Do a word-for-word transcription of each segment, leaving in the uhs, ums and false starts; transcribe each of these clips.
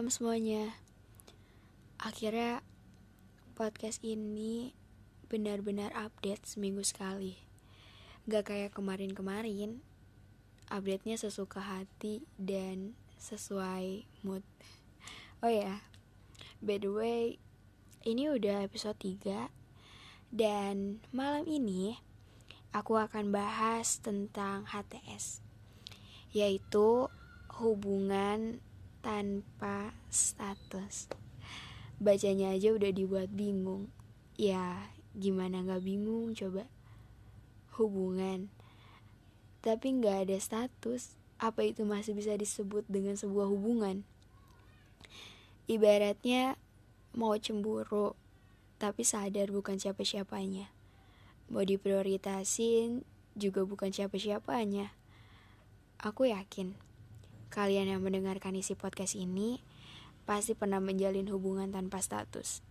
Malam semuanya. Akhirnya podcast ini benar-benar update seminggu sekali. Gak kayak kemarin-kemarin, update-nya sesuka hati dan sesuai mood. Oh ya, by the way, ini udah episode tiga. Dan malam ini aku akan bahas tentang H T S, yaitu hubungan tanpa status. Bacanya aja udah dibuat bingung. Ya gimana gak bingung coba. Hubungan tapi gak ada status, apa itu masih bisa disebut dengan sebuah hubungan? Ibaratnya mau cemburu tapi sadar bukan siapa-siapanya, mau diprioritasin juga bukan siapa-siapanya. Aku yakin kalian yang mendengarkan isi podcast ini pasti pernah menjalin hubungan tanpa status.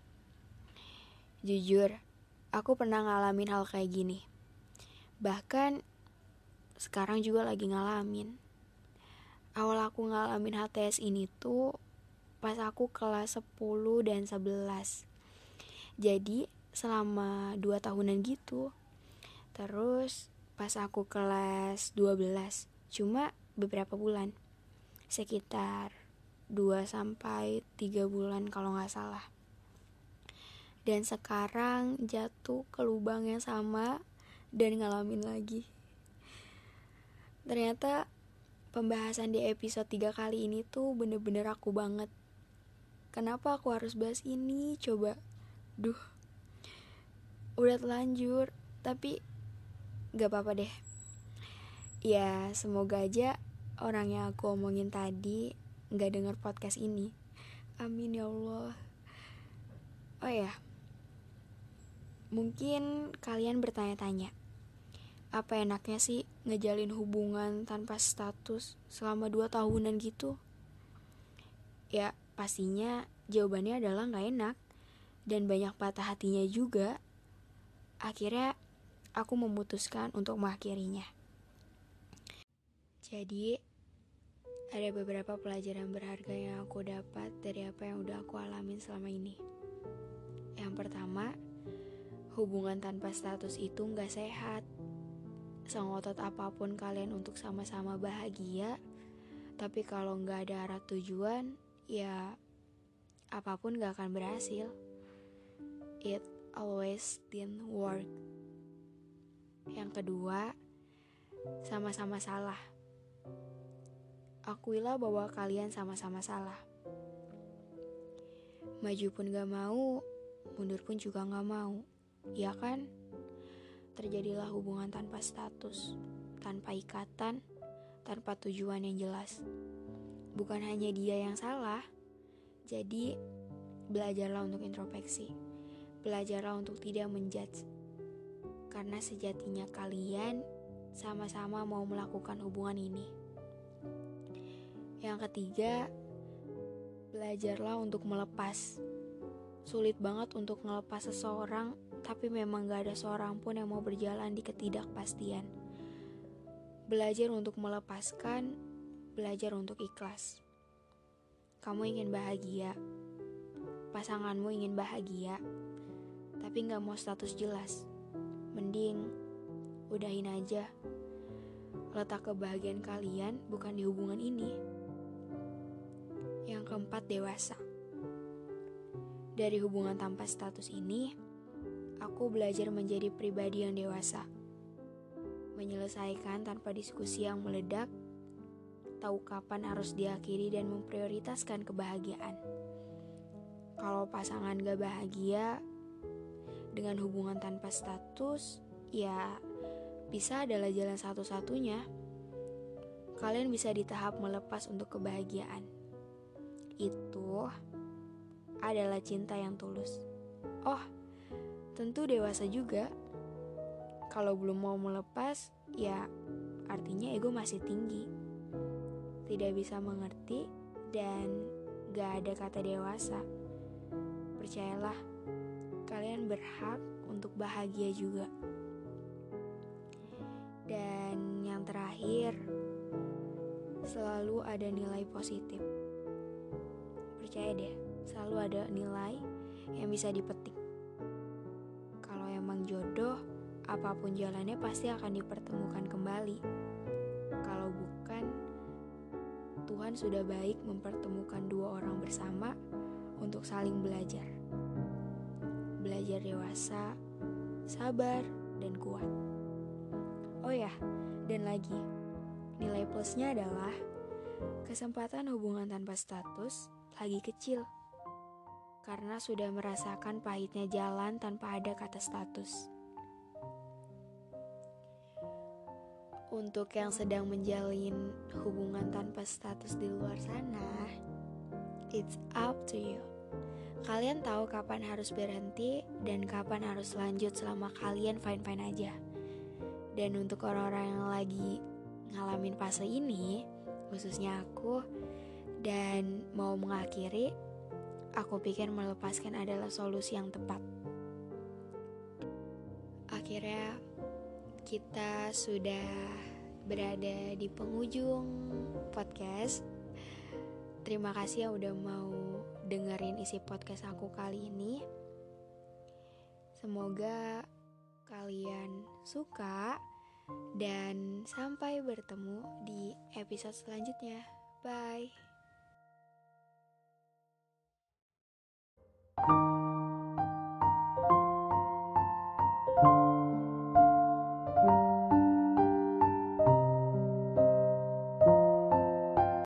Jujur, aku pernah ngalamin hal kayak gini. Bahkan sekarang juga lagi ngalamin. Awal aku ngalamin H T S ini tuh pas aku kelas sepuluh dan sebelas. Jadi selama dua tahunan gitu. Terus pas aku kelas dua belas, cuma beberapa bulan. Sekitar dua sampai tiga bulan kalau gak salah. Dan sekarang jatuh ke lubang yang sama dan ngalamin lagi. Ternyata pembahasan di episode tiga kali ini tuh bener-bener aku banget. Kenapa aku harus bahas ini coba? Duh, udah telanjur, tapi gak apa-apa deh. Ya semoga aja orang yang aku omongin tadi gak denger podcast ini. Amin ya Allah. Oh ya, mungkin kalian bertanya-tanya, apa enaknya sih ngejalin hubungan tanpa status selama dua tahunan gitu? Ya pastinya jawabannya adalah gak enak dan banyak patah hatinya juga. Akhirnya aku memutuskan untuk mengakhirinya. Jadi ada beberapa pelajaran berharga yang aku dapat dari apa yang udah aku alamin selama ini. Yang pertama, hubungan tanpa status itu gak sehat. Sengotot apapun kalian untuk sama-sama bahagia, tapi kalau gak ada arah tujuan, ya apapun gak akan berhasil. It always didn't work. Yang kedua, sama-sama salah. Akuilah bahwa kalian sama-sama salah. Maju pun gak mau, mundur pun juga gak mau, ya kan? Terjadilah hubungan tanpa status, tanpa ikatan, tanpa tujuan yang jelas. Bukan hanya dia yang salah, jadi belajarlah untuk introspeksi. Belajarlah untuk tidak menjudge. Karena sejatinya kalian sama-sama mau melakukan hubungan ini. Yang ketiga, belajarlah untuk melepas. Sulit banget untuk melepas seseorang, tapi memang gak ada seorang pun yang mau berjalan di ketidakpastian. Belajar untuk melepaskan, belajar untuk ikhlas. Kamu ingin bahagia, pasanganmu ingin bahagia, tapi gak mau status jelas. Mending udahin aja. Letak kebahagiaan kalian bukan di hubungan ini. Yang keempat, dewasa. Dari hubungan tanpa status ini, aku belajar menjadi pribadi yang dewasa. Menyelesaikan tanpa diskusi yang meledak, tahu kapan harus diakhiri dan memprioritaskan kebahagiaan. Kalau pasangan gak bahagia dengan hubungan tanpa status, ya bisa adalah jalan satu-satunya. Kalian bisa di tahap melepas untuk kebahagiaan. Itu adalah cinta yang tulus. Oh, tentu dewasa juga. Kalau belum mau melepas, ya artinya ego masih tinggi. Tidak bisa mengerti dan gak ada kata dewasa. Percayalah, kalian berhak untuk bahagia juga. Dan yang terakhir, selalu ada nilai positif. percaya deh, selalu ada nilai yang bisa dipetik. Kalau emang jodoh, apapun jalannya pasti akan dipertemukan kembali. Kalau bukan, Tuhan sudah baik mempertemukan dua orang bersama untuk saling belajar. Belajar dewasa, sabar, dan kuat. Oh ya, dan lagi, nilai plusnya adalah kesempatan hubungan tanpa status lagi kecil. Karena sudah merasakan pahitnya jalan tanpa ada kata status. Untuk yang sedang menjalin hubungan tanpa status di luar sana, it's up to you. Kalian tahu kapan harus berhenti dan kapan harus lanjut selama kalian fine-fine aja. Dan untuk orang-orang yang lagi ngalamin fase ini, khususnya aku, dan mau mengakhiri, aku pikir melepaskan adalah solusi yang tepat. Akhirnya kita sudah berada di penghujung podcast. Terima kasih yang udah mau dengerin isi podcast aku kali ini. Semoga kalian suka dan sampai bertemu di episode selanjutnya. Bye.